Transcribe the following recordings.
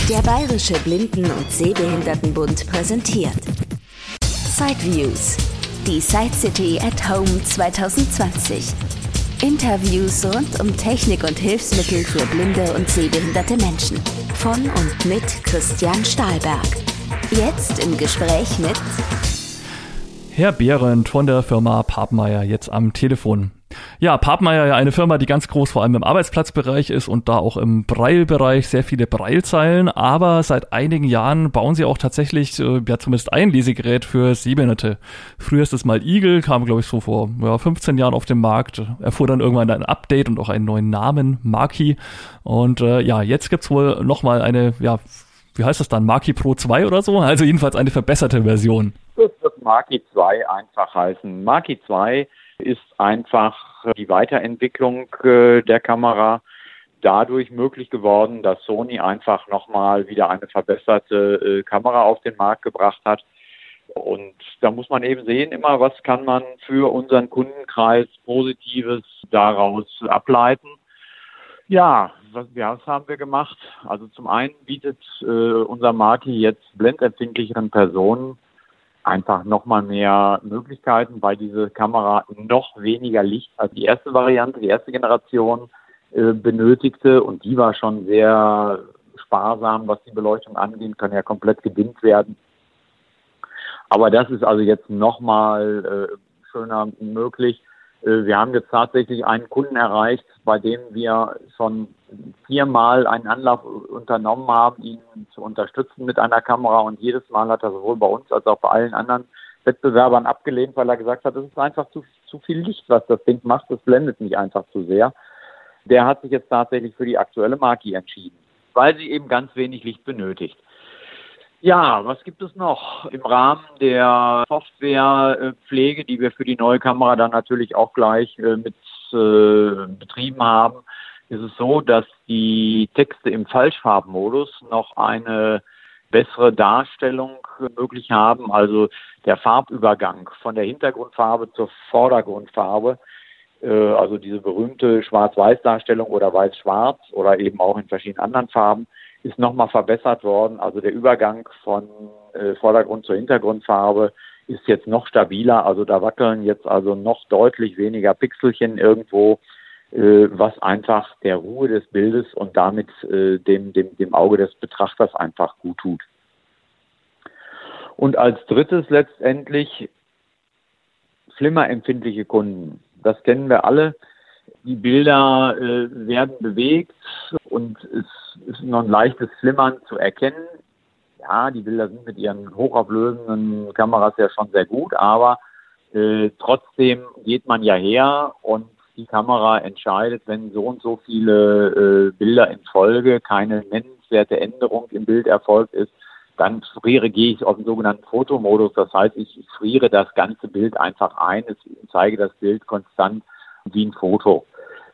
Der Bayerische Blinden- und Sehbehindertenbund präsentiert Sideviews, die Side City at Home 2020. Interviews rund um Technik und Hilfsmittel für blinde und sehbehinderte Menschen. Von und mit Christian Stahlberg. Jetzt im Gespräch mit Herr Behrendt von der Firma Papmeier jetzt am Telefon. Ja, Papmeier ja eine Firma, die ganz groß vor allem im Arbeitsplatzbereich ist und da auch im Braillebereich sehr viele Braillezeilen, aber seit einigen Jahren bauen sie auch tatsächlich zumindest ein Lesegerät für Sehbehinderte. Früher ist es mal Eagle, kam glaube ich so vor 15 Jahren auf den Markt, erfuhr dann irgendwann ein Update und auch einen neuen Namen, Marquee. Und jetzt gibt's wohl nochmal eine, wie heißt das dann, Marquee Pro 2 oder so? Also jedenfalls eine verbesserte Version. Das wird Marquee 2 einfach heißen. Marquee 2 ist einfach die Weiterentwicklung der Kamera dadurch möglich geworden, dass Sony einfach nochmal wieder eine verbesserte Kamera auf den Markt gebracht hat. Und da muss man eben sehen, immer, was kann man für unseren Kundenkreis Positives daraus ableiten. Ja, was haben wir gemacht? Also zum einen bietet unser Marquee jetzt blendempfindlicheren Personen einfach nochmal mehr Möglichkeiten, weil diese Kamera noch weniger Licht als die erste Variante, die erste Generation benötigte, und die war schon sehr sparsam, was die Beleuchtung angeht, kann ja komplett gedimmt werden. Aber das ist also jetzt nochmal schöner möglich. Wir haben jetzt tatsächlich einen Kunden erreicht, bei dem wir schon 4-mal einen Anlauf unternommen haben, ihn zu unterstützen mit einer Kamera, und jedes Mal hat er sowohl bei uns als auch bei allen anderen Wettbewerbern abgelehnt, weil er gesagt hat, es ist einfach zu viel Licht, was das Ding macht, das blendet mich einfach zu sehr. Der hat sich jetzt tatsächlich für die aktuelle Marquee entschieden, weil sie eben ganz wenig Licht benötigt. Ja, was gibt es noch? Im Rahmen der Softwarepflege, die wir für die neue Kamera dann natürlich auch gleich mit betrieben haben, ist es so, dass die Texte im Falschfarbmodus noch eine bessere Darstellung möglich haben. Also der Farbübergang von der Hintergrundfarbe zur Vordergrundfarbe, also diese berühmte Schwarz-Weiß-Darstellung oder Weiß-Schwarz oder eben auch in verschiedenen anderen Farben, ist nochmal verbessert worden. Also der Übergang von Vordergrund zur Hintergrundfarbe ist jetzt noch stabiler. Also da wackeln jetzt also noch deutlich weniger Pixelchen irgendwo, was einfach der Ruhe des Bildes und damit dem Auge des Betrachters einfach gut tut. Und als drittes letztendlich flimmerempfindliche Kunden. Das kennen wir alle. Die Bilder werden bewegt und es ist noch ein leichtes Flimmern zu erkennen. Ja, die Bilder sind mit ihren hochauflösenden Kameras ja schon sehr gut, aber trotzdem geht man ja her und die Kamera entscheidet, wenn so und so viele Bilder in Folge keine nennenswerte Änderung im Bild erfolgt ist, dann gehe ich auf den sogenannten Fotomodus. Das heißt, ich friere das ganze Bild einfach ein, zeige das Bild konstant wie ein Foto.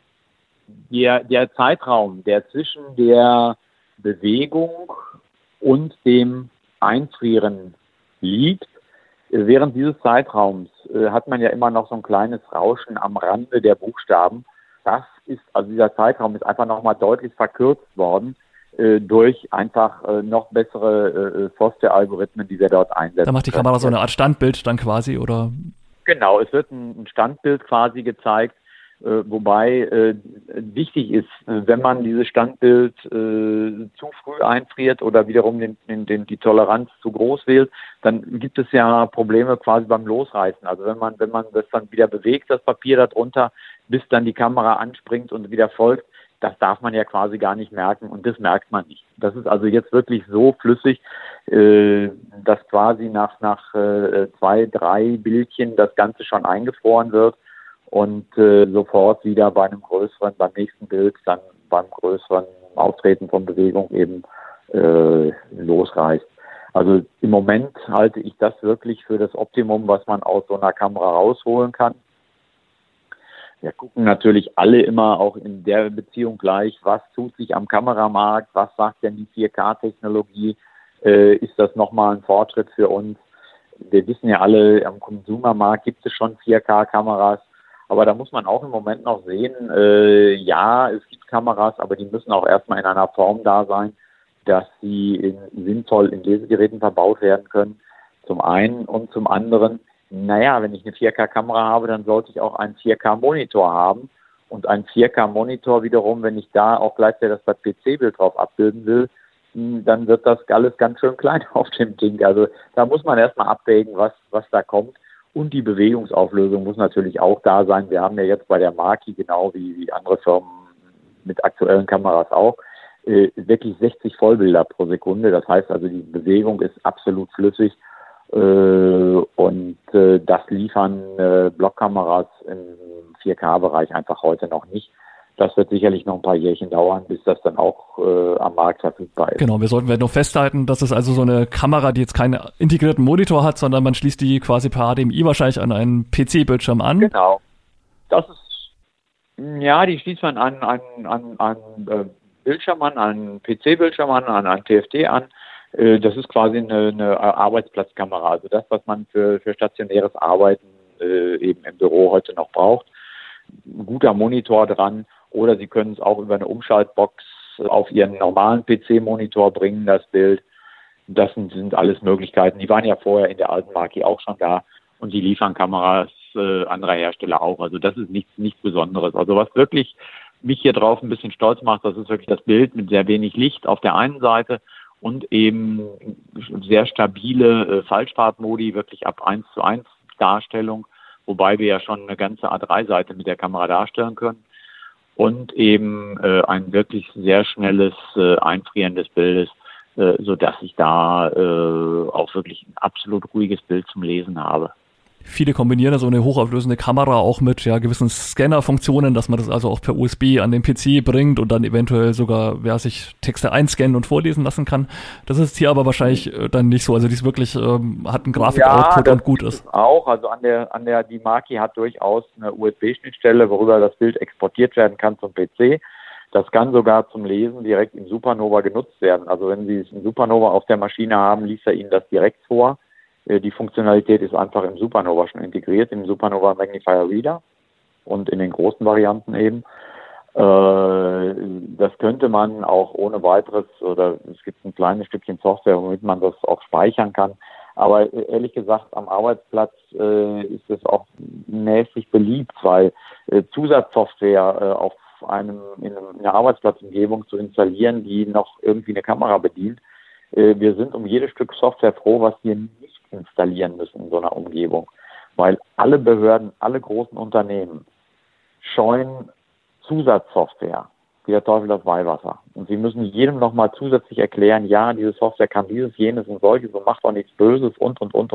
Der Zeitraum, der zwischen der Bewegung und dem Einfrieren liegt, während dieses Zeitraums hat man ja immer noch so ein kleines Rauschen am Rande der Buchstaben. Dieser Zeitraum ist einfach nochmal deutlich verkürzt worden durch einfach noch bessere Software-Algorithmen, die wir dort einsetzen. Da macht die Kamera so eine Art Standbild dann quasi, oder? Genau, es wird ein Standbild quasi gezeigt, wobei wichtig ist, wenn man dieses Standbild zu früh einfriert oder wiederum die Toleranz zu groß wählt, dann gibt es ja Probleme quasi beim Losreißen. Also wenn man das dann wieder bewegt, das Papier darunter, bis dann die Kamera anspringt und wieder folgt, das darf man ja quasi gar nicht merken, und das merkt man nicht. Das ist also jetzt wirklich so flüssig, dass quasi nach 2-3 Bildchen das Ganze schon eingefroren wird und sofort wieder beim nächsten Bild, dann beim größeren Auftreten von Bewegung eben losreißt. Also im Moment halte ich das wirklich für das Optimum, was man aus so einer Kamera rausholen kann. Wir gucken natürlich alle immer auch in der Beziehung gleich, was tut sich am Kameramarkt, was sagt denn die 4K-Technologie, ist das nochmal ein Fortschritt für uns? Wir wissen ja alle, am Konsumermarkt gibt es schon 4K-Kameras, aber da muss man auch im Moment noch sehen, ja, es gibt Kameras, aber die müssen auch erstmal in einer Form da sein, dass sie sinnvoll in Lesegeräten verbaut werden können, zum einen, und zum anderen, naja, wenn ich eine 4K-Kamera habe, dann sollte ich auch einen 4K-Monitor haben. Und ein 4K-Monitor wiederum, wenn ich da auch gleichzeitig das PC-Bild drauf abbilden will, dann wird das alles ganz schön klein auf dem Ding. Also da muss man erstmal abwägen, was da kommt. Und die Bewegungsauflösung muss natürlich auch da sein. Wir haben ja jetzt bei der Marki, genau wie andere Firmen mit aktuellen Kameras auch, wirklich 60 Vollbilder pro Sekunde. Das heißt also, die Bewegung ist absolut flüssig. Und das liefern Blockkameras im 4K-Bereich einfach heute noch nicht. Das wird sicherlich noch ein paar Jährchen dauern, bis das dann auch am Markt verfügbar ist. Genau, wir sollten noch festhalten, dass es also so eine Kamera, die jetzt keinen integrierten Monitor hat, sondern man schließt die quasi per HDMI wahrscheinlich an einen PC-Bildschirm an. Genau. Das ist, ja, die schließt man an Bildschirm an einen PC-Bildschirm an einen TFT an. Das ist quasi eine Arbeitsplatzkamera, also das, was man für stationäres Arbeiten eben im Büro heute noch braucht. Ein guter Monitor dran, oder Sie können es auch über eine Umschaltbox auf Ihren normalen PC-Monitor bringen, das Bild. Das sind alles Möglichkeiten. Die waren ja vorher in der alten Marke auch schon da, und die liefern Kameras anderer Hersteller auch. Also das ist nichts Besonderes. Also was wirklich mich hier drauf ein bisschen stolz macht, das ist wirklich das Bild mit sehr wenig Licht auf der einen Seite und eben sehr stabile Falschfarbmodi, wirklich ab 1:1 Darstellung, wobei wir ja schon eine ganze A3-Seite mit der Kamera darstellen können, und eben ein wirklich sehr schnelles Einfrieren des Bildes, sodass ich da auch wirklich ein absolut ruhiges Bild zum Lesen habe. Viele kombinieren so eine hochauflösende Kamera auch mit gewissen Scanner-Funktionen, dass man das also auch per USB an den PC bringt und dann eventuell sogar sich Texte einscannen und vorlesen lassen kann. Das ist hier aber wahrscheinlich dann nicht so. Also die ist wirklich, hat einen Grafik-Output und gut ist. Auch, also die Marki hat durchaus eine USB-Schnittstelle, worüber das Bild exportiert werden kann zum PC. Das kann sogar zum Lesen direkt im Supernova genutzt werden. Also wenn Sie einen Supernova auf der Maschine haben, liest er Ihnen das direkt vor. Die Funktionalität ist einfach im Supernova schon integriert, im Supernova Magnifier Reader und in den großen Varianten eben. Das könnte man auch ohne weiteres, oder es gibt ein kleines Stückchen Software, womit man das auch speichern kann. Aber ehrlich gesagt, am Arbeitsplatz ist es auch mäßig beliebt, weil Zusatzsoftware in einer Arbeitsplatzumgebung zu installieren, die noch irgendwie eine Kamera bedient. Wir sind um jedes Stück Software froh, was wir nicht installieren müssen in so einer Umgebung, weil alle Behörden, alle großen Unternehmen scheuen Zusatzsoftware, wie der Teufel das Weihwasser. Und sie müssen jedem nochmal zusätzlich erklären, ja, diese Software kann dieses, jenes und solches und macht auch nichts Böses und.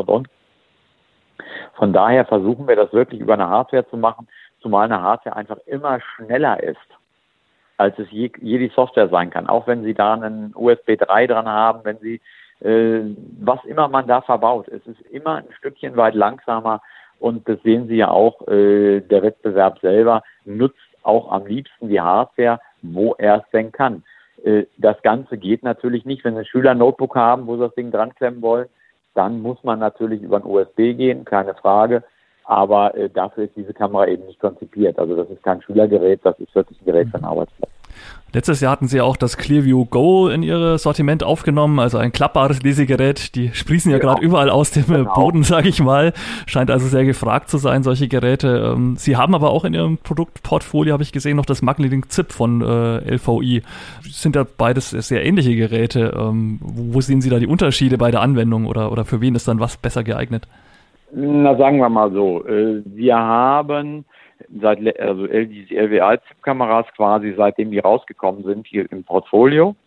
Von daher versuchen wir das wirklich über eine Hardware zu machen, zumal eine Hardware einfach immer schneller ist, als es je die Software sein kann. Auch wenn Sie da einen USB 3 dran haben, wenn Sie was immer man da verbaut. Es ist immer ein Stückchen weit langsamer, und das sehen Sie ja auch, der Wettbewerb selber nutzt auch am liebsten die Hardware, wo er es denn kann. Das Ganze geht natürlich nicht, wenn Sie Schüler ein Notebook haben, wo Sie das Ding dran klemmen wollen, dann muss man natürlich über ein USB gehen, keine Frage, aber dafür ist diese Kamera eben nicht konzipiert. Also das ist kein Schülergerät, das ist wirklich ein Gerät für den Arbeitsplatz. Letztes Jahr hatten Sie auch das Clearview Go in Ihr Sortiment aufgenommen, also ein klappbares Lesegerät. Die sprießen ja gerade überall aus dem Boden, sage ich mal. Scheint also sehr gefragt zu sein, solche Geräte. Sie haben aber auch in Ihrem Produktportfolio, habe ich gesehen, noch das MagneLink ZIP von LVI. Sind ja beides sehr ähnliche Geräte. Wo sehen Sie da die Unterschiede bei der Anwendung, oder für wen ist dann was besser geeignet? Na, sagen wir mal so. Wir haben die LVI-ZIP-Kameras quasi, seitdem die rausgekommen sind, hier im Portfolio,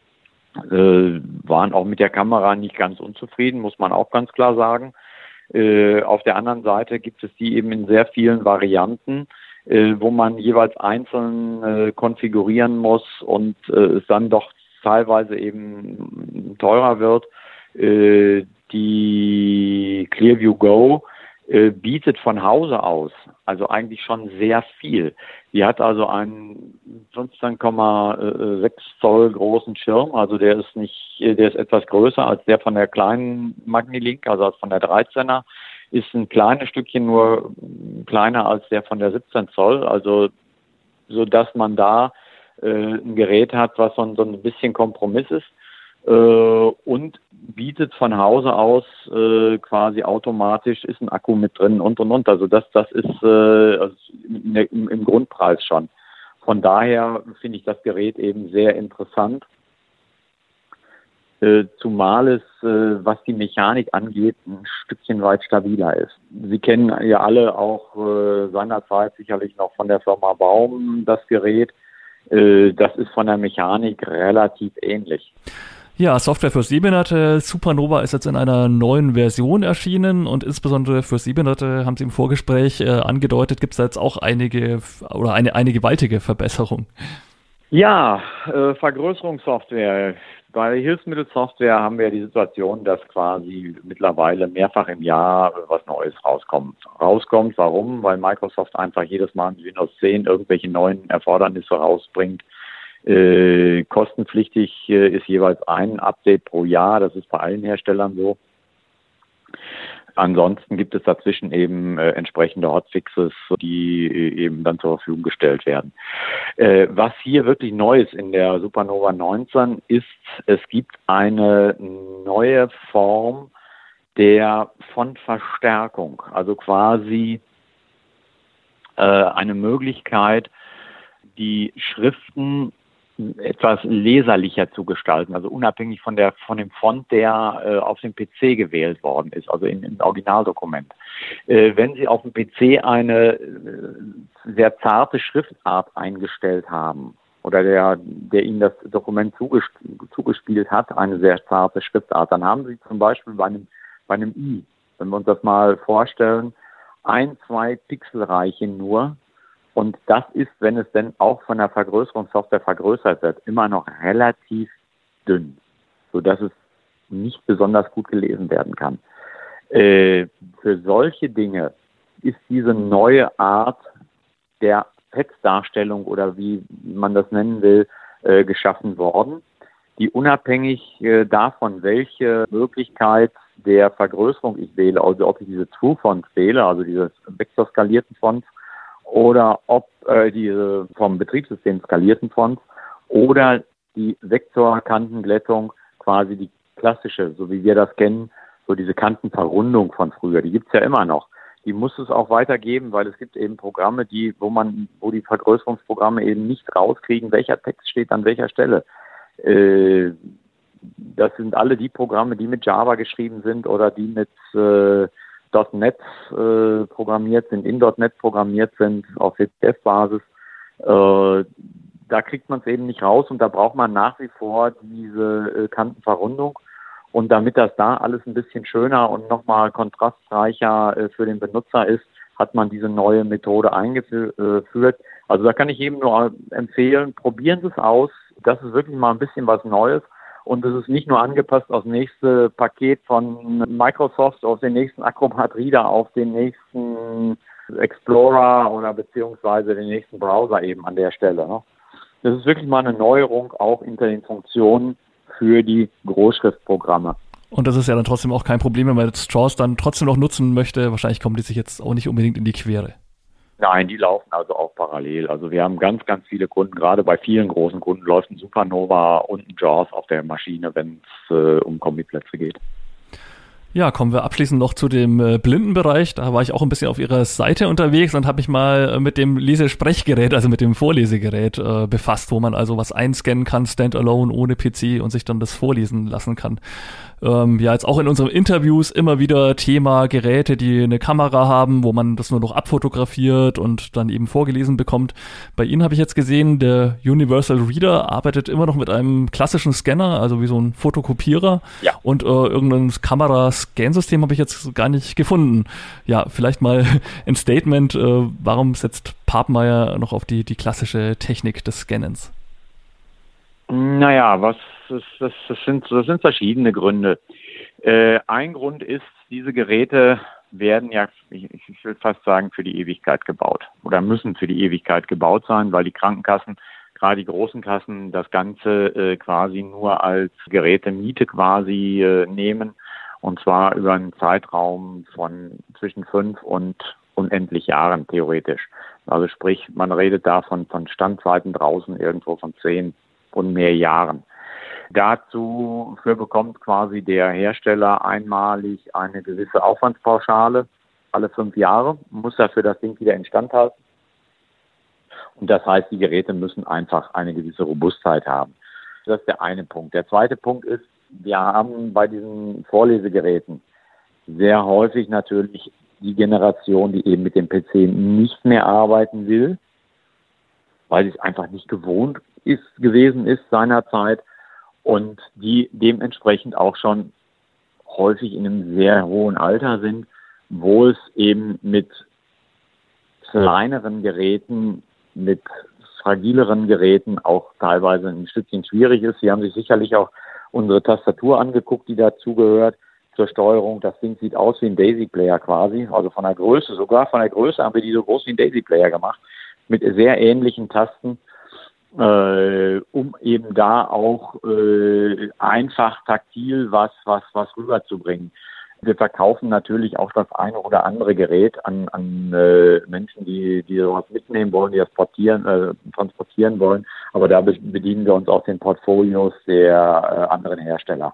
waren auch mit der Kamera nicht ganz unzufrieden, muss man auch ganz klar sagen. Auf der anderen Seite gibt es die eben in sehr vielen Varianten, wo man jeweils einzeln konfigurieren muss und es dann doch teilweise eben teurer wird. Die Clearview Go bietet von Hause aus also eigentlich schon sehr viel. Die hat also einen 15,6 Zoll großen Schirm, also der ist etwas größer als der von der kleinen MagniLink, also als von der 13er, ist ein kleines Stückchen nur kleiner als der von der 17 Zoll, also so dass man da ein Gerät hat, was so ein bisschen Kompromiss ist. und bietet von Hause aus quasi automatisch, ist ein Akku mit drin und. Also das ist also im Grundpreis schon. Von daher finde ich das Gerät eben sehr interessant. Zumal es, was die Mechanik angeht, ein Stückchen weit stabiler ist. Sie kennen ja alle auch seinerzeit sicherlich noch von der Firma Baum das Gerät. Das ist von der Mechanik relativ ähnlich. Ja, Software für Sehbehinderte. Supernova ist jetzt in einer neuen Version erschienen und insbesondere für Sehbehinderte, haben Sie im Vorgespräch angedeutet, gibt es da jetzt auch eine gewaltige Verbesserung. Ja, Vergrößerungssoftware. Bei Hilfsmittelsoftware haben wir die Situation, dass quasi mittlerweile mehrfach im Jahr was Neues rauskommt. Warum? Weil Microsoft einfach jedes Mal in Windows 10 irgendwelche neuen Erfordernisse rausbringt. Kostenpflichtig ist jeweils ein Update pro Jahr. Das ist bei allen Herstellern so. Ansonsten gibt es dazwischen eben entsprechende Hotfixes, die eben dann zur Verfügung gestellt werden. Was hier wirklich neu ist in der Supernova 19 ist, es gibt eine neue Form der Fontverstärkung, also quasi eine Möglichkeit, die Schriften etwas leserlicher zu gestalten, also unabhängig von dem Font, der auf dem PC gewählt worden ist, also im Originaldokument. Wenn Sie auf dem PC eine sehr zarte Schriftart eingestellt haben oder der Ihnen das Dokument zugespielt hat, eine sehr zarte Schriftart, dann haben Sie zum Beispiel bei einem I, wenn wir uns das mal vorstellen, 1-2 Pixelreiche nur. Und das ist, wenn es denn auch von der Vergrößerungssoftware vergrößert wird, immer noch relativ dünn, sodass es nicht besonders gut gelesen werden kann. Für solche Dinge ist diese neue Art der Textdarstellung oder wie man das nennen will, geschaffen worden, die unabhängig davon, welche Möglichkeit der Vergrößerung ich wähle, also ob ich diese True-Fonts wähle, also diese vektorskalierten Fonts, oder ob diese vom Betriebssystem skalierten Fonts oder die Vektorkantenglättung, quasi die klassische, so wie wir das kennen, so diese Kantenverrundung von früher, die gibt's ja immer noch. Die muss es auch weitergeben, weil es gibt eben Programme, wo die Vergrößerungsprogramme eben nicht rauskriegen, welcher Text steht an welcher Stelle. Das sind alle die Programme, die mit Java geschrieben sind oder die mit .NET programmiert sind, in .NET programmiert sind, auf WPF-Basis. Da kriegt man es eben nicht raus und da braucht man nach wie vor diese Kantenverrundung. Und damit das da alles ein bisschen schöner und nochmal kontrastreicher für den Benutzer ist, hat man diese neue Methode eingeführt. Also da kann ich jedem nur empfehlen, probieren Sie es aus. Das ist wirklich mal ein bisschen was Neues. Und es ist nicht nur angepasst aufs nächste Paket von Microsoft, auf den nächsten Acrobat Reader, auf den nächsten Explorer oder beziehungsweise den nächsten Browser eben an der Stelle. Ne? Das ist wirklich mal eine Neuerung auch hinter den Funktionen für die Großschriftprogramme. Und das ist ja dann trotzdem auch kein Problem, wenn man jetzt JAWS dann trotzdem noch nutzen möchte. Wahrscheinlich kommen die sich jetzt auch nicht unbedingt in die Quere. Nein, die laufen also auch parallel. Also wir haben ganz, ganz viele Kunden, gerade bei vielen großen Kunden läuft ein Supernova und ein JAWS auf der Maschine, wenn es um Kombiplätze geht. Ja, kommen wir abschließend noch zu dem Blindenbereich. Da war ich auch ein bisschen auf Ihrer Seite unterwegs und habe mich mal mit dem Lesesprechgerät, also mit dem Vorlesegerät befasst, wo man also was einscannen kann, standalone, ohne PC und sich dann das vorlesen lassen kann. Ja, jetzt auch in unseren Interviews immer wieder Thema Geräte, die eine Kamera haben, wo man das nur noch abfotografiert und dann eben vorgelesen bekommt. Bei Ihnen habe ich jetzt gesehen, der Universal Reader arbeitet immer noch mit einem klassischen Scanner, also wie so ein Fotokopierer. Ja. Und irgendein Kamerascansystem habe ich jetzt gar nicht gefunden. Ja, vielleicht mal ein Statement, warum setzt Papmeier noch auf die klassische Technik des Scannens? Naja, das sind verschiedene Gründe. Ein Grund ist, diese Geräte werden ja, ich will fast sagen, für die Ewigkeit gebaut oder müssen für die Ewigkeit gebaut sein, weil die Krankenkassen, gerade die großen Kassen, das Ganze quasi nur als Gerätemiete quasi nehmen und zwar über einen Zeitraum von zwischen 5 und unendlich Jahren theoretisch. Also sprich, man redet da von Standzeiten draußen irgendwo von 10 und mehr Jahren. Dafür bekommt quasi der Hersteller einmalig eine gewisse Aufwandspauschale, alle 5 Jahre, muss dafür das Ding wieder instand halten. Und das heißt, die Geräte müssen einfach eine gewisse Robustheit haben. Das ist der eine Punkt. Der zweite Punkt ist, wir haben bei diesen Vorlesegeräten sehr häufig natürlich die Generation, die eben mit dem PC nicht mehr arbeiten will, weil sie es einfach nicht gewohnt gewesen ist seinerzeit und die dementsprechend auch schon häufig in einem sehr hohen Alter sind, wo es eben mit kleineren Geräten, mit fragileren Geräten auch teilweise ein Stückchen schwierig ist. Sie haben sich sicherlich auch unsere Tastatur angeguckt, die dazugehört zur Steuerung. Das Ding sieht aus wie ein Daisy-Player quasi, also von der Größe haben wir die so groß wie ein Daisy-Player gemacht, mit sehr ähnlichen Tasten, um eben da auch einfach taktil was rüberzubringen. Wir verkaufen natürlich auch das eine oder andere Gerät an Menschen, die sowas mitnehmen wollen, die das transportieren wollen. Aber da bedienen wir uns auch den Portfolios der anderen Hersteller.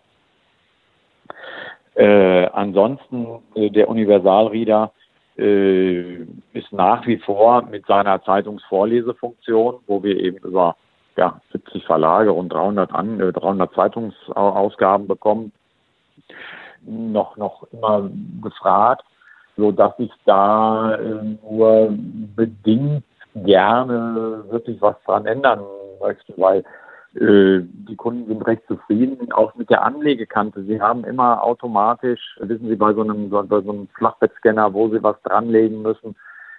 Ansonsten der Universalreader ist nach wie vor mit seiner Zeitungsvorlesefunktion, wo wir eben über 70 Verlage und 300 Zeitungsausgaben bekommen, noch immer gefragt, so dass ich da nur bedingt gerne wirklich was dran ändern möchte, weil die Kunden sind recht zufrieden, auch mit der Anlegekante. Sie haben immer automatisch, wissen Sie, bei so einem Flachbettscanner, wo Sie was dranlegen müssen,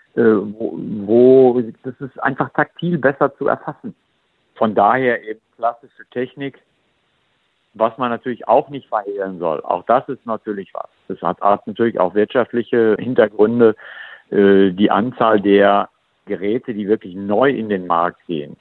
das ist einfach taktil besser zu erfassen. Von daher eben klassische Technik, was man natürlich auch nicht verhehlen soll. Auch das ist natürlich was. Das hat natürlich auch wirtschaftliche Hintergründe. Die Anzahl der Geräte, die wirklich neu in den Markt gehen,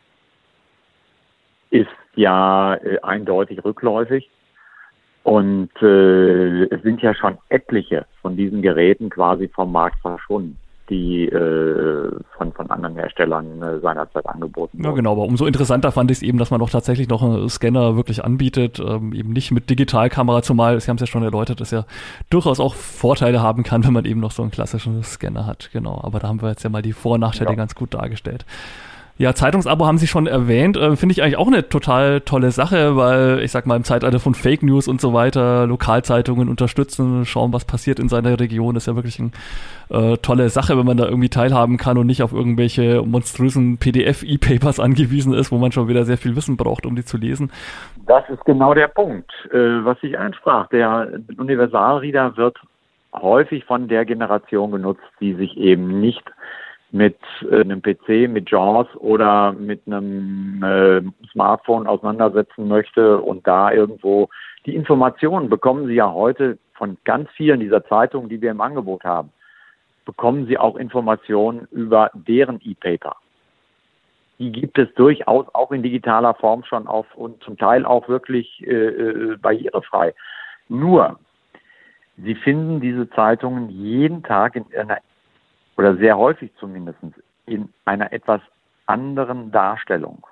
ist ja eindeutig rückläufig. Und es sind ja schon etliche von diesen Geräten quasi vom Markt verschwunden, die von anderen Herstellern seinerzeit angeboten wurden. Ja, genau, aber umso interessanter fand ich es eben, dass man doch tatsächlich noch einen Scanner wirklich anbietet, eben nicht mit Digitalkamera, zumal, Sie haben es ja schon erläutert, dass ja durchaus auch Vorteile haben kann, wenn man eben noch so einen klassischen Scanner hat. Genau, aber da haben wir jetzt ja mal die Vor- und Nachteile ganz gut dargestellt. Ja, Zeitungsabo haben Sie schon erwähnt, finde ich eigentlich auch eine total tolle Sache, weil ich sag mal im Zeitalter von Fake News und so weiter, Lokalzeitungen unterstützen, schauen, was passiert in seiner Region, ist ja wirklich eine tolle Sache, wenn man da irgendwie teilhaben kann und nicht auf irgendwelche monströsen PDF-E-Papers angewiesen ist, wo man schon wieder sehr viel Wissen braucht, um die zu lesen. Das ist genau der Punkt, was ich ansprach. Der Universalreader wird häufig von der Generation genutzt, die sich eben nicht mit einem PC, mit JAWS oder mit einem Smartphone auseinandersetzen möchte und da irgendwo die Informationen bekommen Sie ja heute von ganz vielen dieser Zeitungen, die wir im Angebot haben, bekommen Sie auch Informationen über deren E-Paper. Die gibt es durchaus auch in digitaler Form schon auf und zum Teil auch wirklich barrierefrei. Nur, Sie finden diese Zeitungen jeden Tag in einer oder sehr häufig zumindest in einer etwas anderen Darstellung.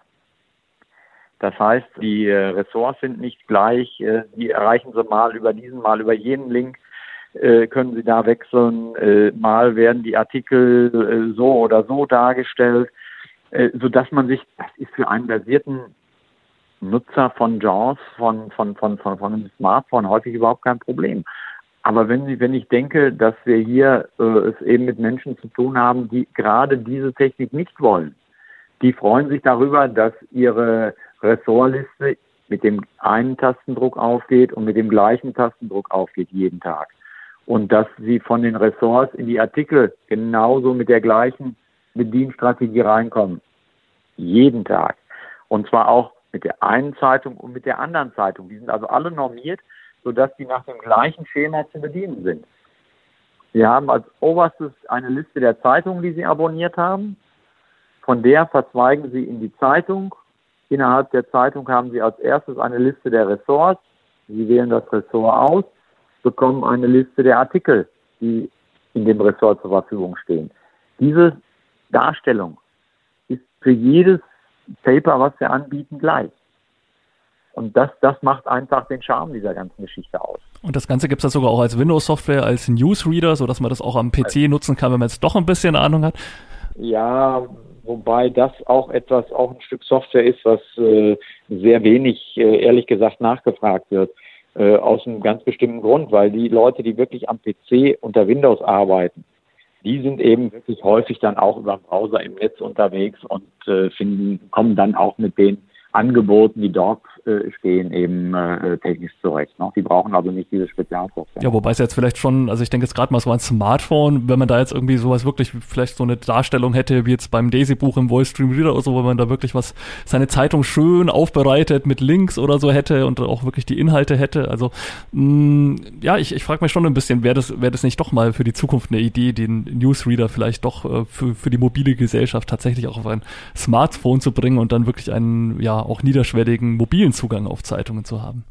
Das heißt, die Ressorts sind nicht gleich, die erreichen Sie mal über diesen, mal über jenen Link, können Sie da wechseln, mal werden die Artikel so oder so dargestellt, sodass man sich, das ist für einen versierten Nutzer von JAWS, von einem Smartphone häufig überhaupt kein Problem. Aber wenn ich denke, dass wir hier es eben mit Menschen zu tun haben, die gerade diese Technik nicht wollen, die freuen sich darüber, dass ihre Ressortliste mit dem einen Tastendruck aufgeht und mit dem gleichen Tastendruck aufgeht jeden Tag. Und dass sie von den Ressorts in die Artikel genauso mit der gleichen Bedienstrategie reinkommen. Jeden Tag. Und zwar auch mit der einen Zeitung und mit der anderen Zeitung. Die sind also alle normiert, sodass die nach dem gleichen Schema zu bedienen sind. Sie haben als oberstes eine Liste der Zeitungen, die Sie abonniert haben. Von der verzweigen Sie in die Zeitung. Innerhalb der Zeitung haben Sie als erstes eine Liste der Ressorts. Sie wählen das Ressort aus, bekommen eine Liste der Artikel, die in dem Ressort zur Verfügung stehen. Diese Darstellung ist für jedes Paper, was wir anbieten, gleich. Und das macht einfach den Charme dieser ganzen Geschichte aus. Und das Ganze gibt es sogar auch als Windows-Software, als Newsreader, sodass man das auch am PC nutzen kann, wenn man jetzt doch ein bisschen Ahnung hat. Ja, wobei das auch ein Stück Software ist, was sehr wenig, ehrlich gesagt, nachgefragt wird. Aus einem ganz bestimmten Grund, weil die Leute, die wirklich am PC unter Windows arbeiten, die sind eben wirklich häufig dann auch über den Browser im Netz unterwegs und kommen dann auch mit den Angeboten, die dort stehen, eben technisch zurecht. Ne? Die brauchen also nicht diese Spezialsoftware. Ja, wobei es jetzt vielleicht schon, also ich denke jetzt gerade mal so ein Smartphone, wenn man da jetzt irgendwie sowas wirklich, vielleicht so eine Darstellung hätte, wie jetzt beim Daisy-Buch im Voice-Stream Reader oder so, wo man da wirklich seine Zeitung schön aufbereitet mit Links oder so hätte und auch wirklich die Inhalte hätte. Also ja, ich frage mich schon ein bisschen, wäre das nicht doch mal für die Zukunft eine Idee, den Newsreader vielleicht doch für die mobile Gesellschaft tatsächlich auch auf ein Smartphone zu bringen und dann wirklich einen, ja, auch niederschwelligen mobilen Zugang auf Zeitungen zu haben?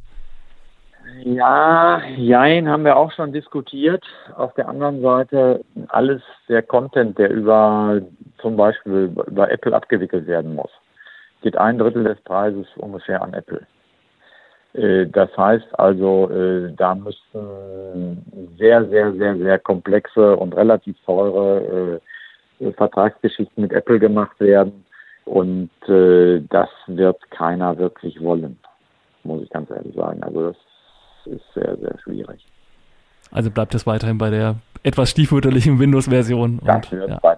Ja, jein, haben wir auch schon diskutiert. Auf der anderen Seite, alles der Content, der zum Beispiel über Apple abgewickelt werden muss, geht 1/3 des Preises ungefähr an Apple. Das heißt also, da müssten sehr, sehr, sehr, sehr komplexe und relativ teure Vertragsgeschichten mit Apple gemacht werden. Und das wird keiner wirklich wollen, muss ich ganz ehrlich sagen. Also das ist sehr, sehr schwierig. Also bleibt es weiterhin bei der etwas stiefmütterlichen Windows-Version. Das wird bei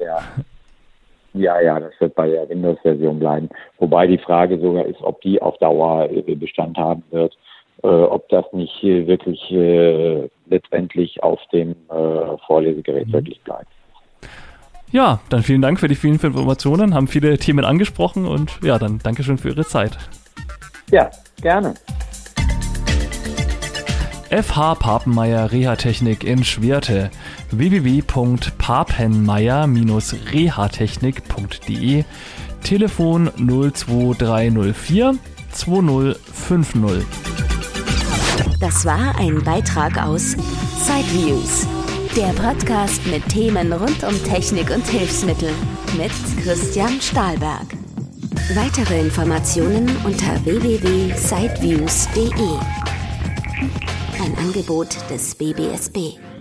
der Windows-Version bleiben. Wobei die Frage sogar ist, ob die auf Dauer Bestand haben wird, ob das nicht wirklich letztendlich auf dem Vorlesegerät wirklich bleibt. Ja, dann vielen Dank für die vielen Informationen, haben viele Themen angesprochen und ja, dann Dankeschön für Ihre Zeit. Ja, gerne. FH Papenmeier Rehatechnik in Schwerte. www.papenmeier-rehatechnik.de. Telefon 02304 2050. Das war ein Beitrag aus Sideviews, der Podcast mit Themen rund um Technik und Hilfsmittel mit Christian Stahlberg. Weitere Informationen unter www.sideviews.de. Ein Angebot des BBSB.